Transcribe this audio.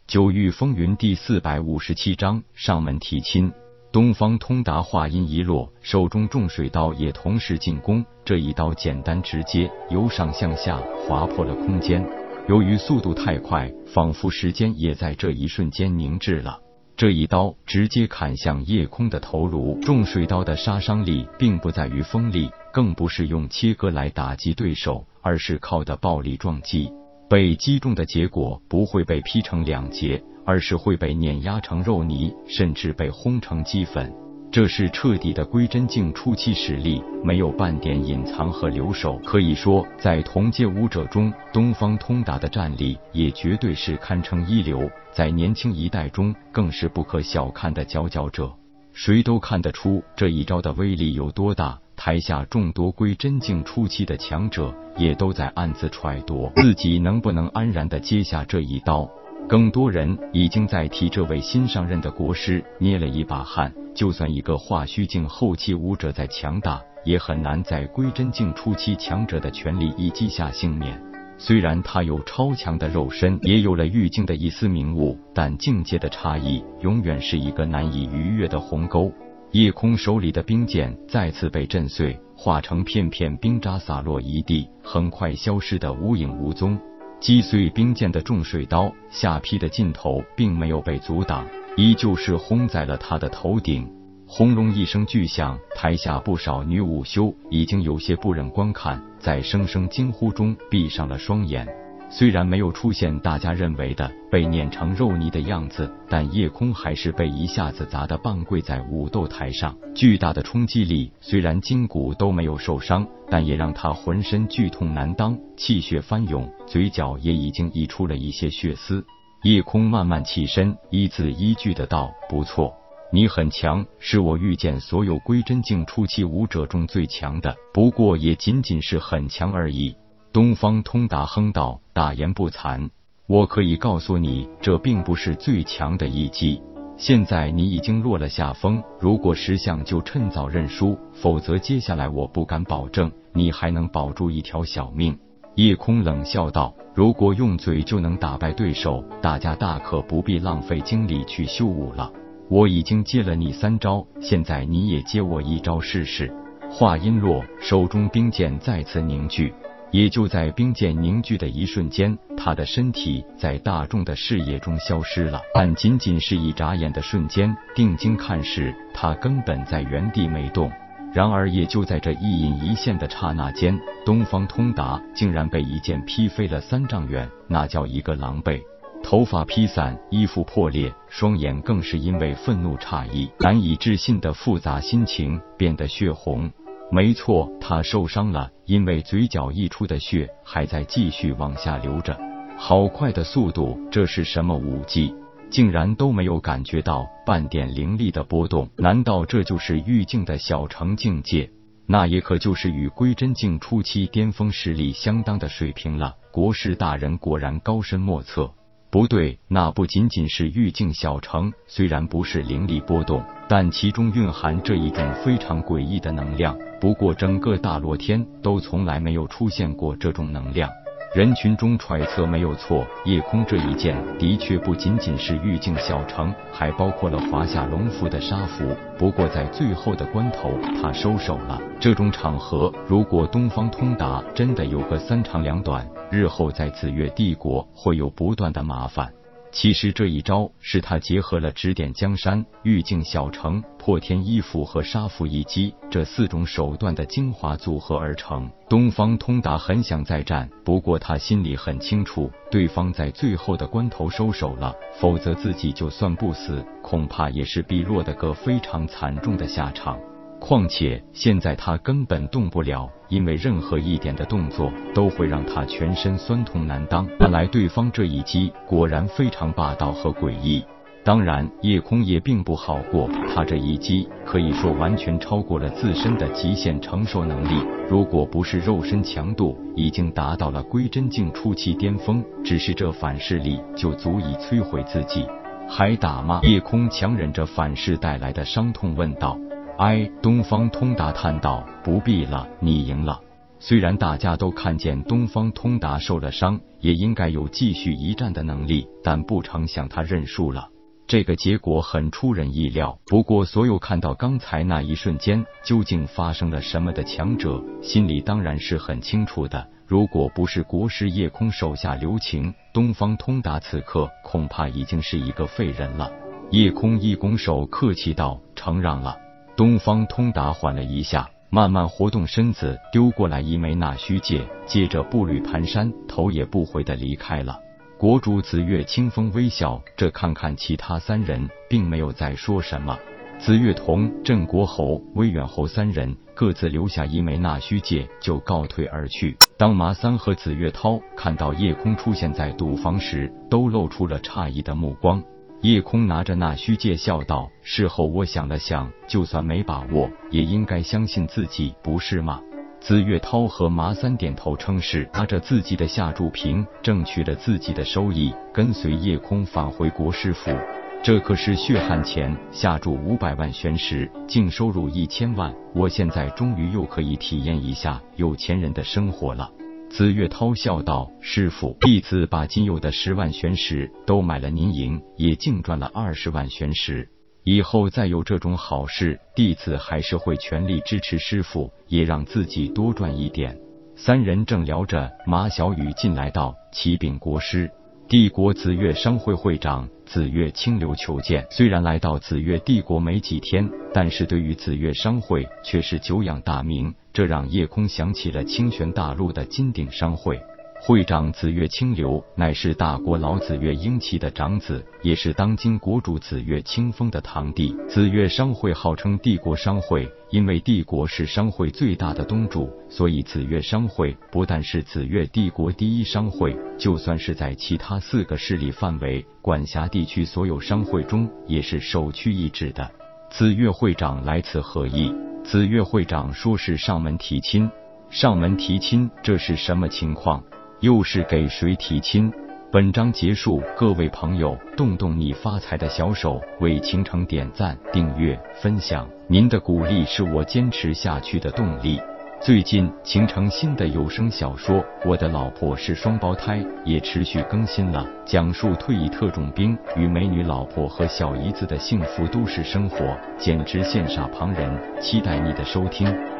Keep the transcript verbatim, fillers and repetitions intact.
九域风云第四百五十七章上门提亲。东方通达话音一落，手中重水刀也同时进攻。这一刀简单直接，由上向下划破了空间。由于速度太快，仿佛时间也在这一瞬间凝滞了。这一刀直接砍向夜空的头颅。重水刀的杀伤力并不在于锋利，更不是用切割来打击对手，而是靠的暴力撞击。被击中的结果不会被劈成两截，而是会被碾压成肉泥，甚至被轰成齑粉。这是彻底的归真境初期实力，没有半点隐藏和留手。可以说，在同阶武者中，东方通达的战力也绝对是堪称一流，在年轻一代中更是不可小看的佼佼者。谁都看得出这一招的威力有多大。台下众多归真境初期的强者也都在暗自揣度自己能不能安然地接下这一刀。更多人已经在替这位新上任的国师捏了一把汗。就算一个化虚境后期武者再强大，也很难在归真境初期强者的全力一击下幸免。虽然他有超强的肉身，也有了玉境的一丝明悟，但境界的差异永远是一个难以逾越的鸿沟。夜空手里的冰剑再次被震碎，化成片片冰渣洒落一地，很快消失得无影无踪。击碎冰剑的重水刀下劈的尽头并没有被阻挡，依旧是轰在了他的头顶。轰隆一声巨响，台下不少女武修已经有些不忍观看，在声声惊呼中闭上了双眼。虽然没有出现大家认为的被碾成肉泥的样子，但夜空还是被一下子砸得半跪在武斗台上。巨大的冲击力，虽然筋骨都没有受伤，但也让他浑身剧痛难当，气血翻涌，嘴角也已经溢出了一些血丝。夜空慢慢起身，一字一句的道：“不错，你很强，是我遇见所有归真境初期武者中最强的，不过也仅仅是很强而已。”东方通达哼道，大言不惭，我可以告诉你，这并不是最强的一击。现在你已经落了下风，如果识相就趁早认输，否则接下来我不敢保证你还能保住一条小命。夜空冷笑道，如果用嘴就能打败对手，大家大可不必浪费精力去修武了。我已经接了你三招，现在你也接我一招试试。话音落，手中冰剑再次凝聚。也就在冰剑凝聚的一瞬间，他的身体在大众的视野中消失了。但仅仅是一眨眼的瞬间，定睛看时，他根本在原地没动。然而也就在这一隐一现的刹那间，东方通达竟然被一剑劈飞了三丈远，那叫一个狼狈。头发披散，衣服破裂，双眼更是因为愤怒、诧异、难以置信的复杂心情变得血红。没错，他受伤了，因为嘴角溢出的血还在继续往下流着。好快的速度，这是什么武技？竟然都没有感觉到半点灵力的波动，难道这就是玉境的小成境界？那也可就是与归真境初期巅峰实力相当的水平了。国师大人果然高深莫测。不对，那不仅仅是玉境小成，虽然不是灵力波动，但其中蕴含这一种非常诡异的能量。不过整个大罗天都从来没有出现过这种能量。人群中揣测没有错，夜空这一剑的确不仅仅是玉境小成，还包括了华夏龙符的杀符。不过在最后的关头，他收手了。这种场合，如果东方通达真的有个三长两短，日后在紫月帝国会有不断的麻烦。其实这一招是他结合了指点江山、玉境小成、破天衣符和杀符一击这四种手段的精华组合而成。东方通达很想再战，不过他心里很清楚，对方在最后的关头收手了，否则自己就算不死，恐怕也是必落得个非常惨重的下场。况且现在他根本动不了，因为任何一点的动作都会让他全身酸痛难当。看来对方这一击果然非常霸道和诡异。当然，夜空也并不好过，他这一击可以说完全超过了自身的极限承受能力。如果不是肉身强度已经达到了归真境初期巅峰，只是这反噬力就足以摧毁自己。还打吗？夜空强忍着反噬带来的伤痛问道。哎，东方通达叹道，不必了，你赢了。 虽然大家都看见东方通达受了伤，也应该有继续一战的能力，但不成想他认输了。这个结果很出人意料，不过所有看到刚才那一瞬间究竟发生了什么的强者，心里当然是很清楚的。如果不是国师夜空手下留情，东方通达此刻恐怕已经是一个废人了。夜空一拱手客气道：“承让了。”东方通达缓了一下，慢慢活动身子，丢过来一枚纳虚戒，接着步履蹒跚，头也不回地离开了。国主紫月清风微笑，这看看其他三人，并没有再说什么。紫月童、镇国侯、威远侯三人各自留下一枚纳虚戒，就告退而去。当马三和紫月涛看到夜空出现在赌房时，都露出了诧异的目光。夜空拿着纳虚戒笑道：“事后我想了想，就算没把握，也应该相信自己，不是吗？”紫月涛和麻三点头称是，拿着自己的下注瓶，挣取了自己的收益，跟随夜空返回国师府。这可是血汗钱，下注五百万玄石，净收入一千万。我现在终于又可以体验一下有钱人的生活了。紫月涛笑道：“师傅，弟子把仅有的十万玄石都买了您赢，也净赚了二十万玄石。以后再有这种好事，弟子还是会全力支持师傅，也让自己多赚一点。”三人正聊着，马小雨进来道：“启禀国师，帝国紫月商会会长紫月清流求见。”虽然来到紫月帝国没几天，但是对于紫月商会却是久仰大名，这让夜空想起了清玄大陆的金鼎商会。会长紫月清流乃是大国老紫月英奇的长子，也是当今国主紫月清风的堂弟。紫月商会号称帝国商会，因为帝国是商会最大的东主，所以紫月商会不但是紫月帝国第一商会，就算是在其他四个势力范围管辖地区所有商会中，也是首屈一指的。紫月会长来此何意？紫月会长说是上门提亲。上门提亲，这是什么情况？又是给谁提亲？本章结束，各位朋友，动动你发财的小手，为倾城点赞、订阅、分享，您的鼓励是我坚持下去的动力。最近倾城新的有声小说《我的老婆是双胞胎》也持续更新了，讲述退役特种兵与美女老婆和小姨子的幸福都市生活，简直羡煞旁人，期待你的收听。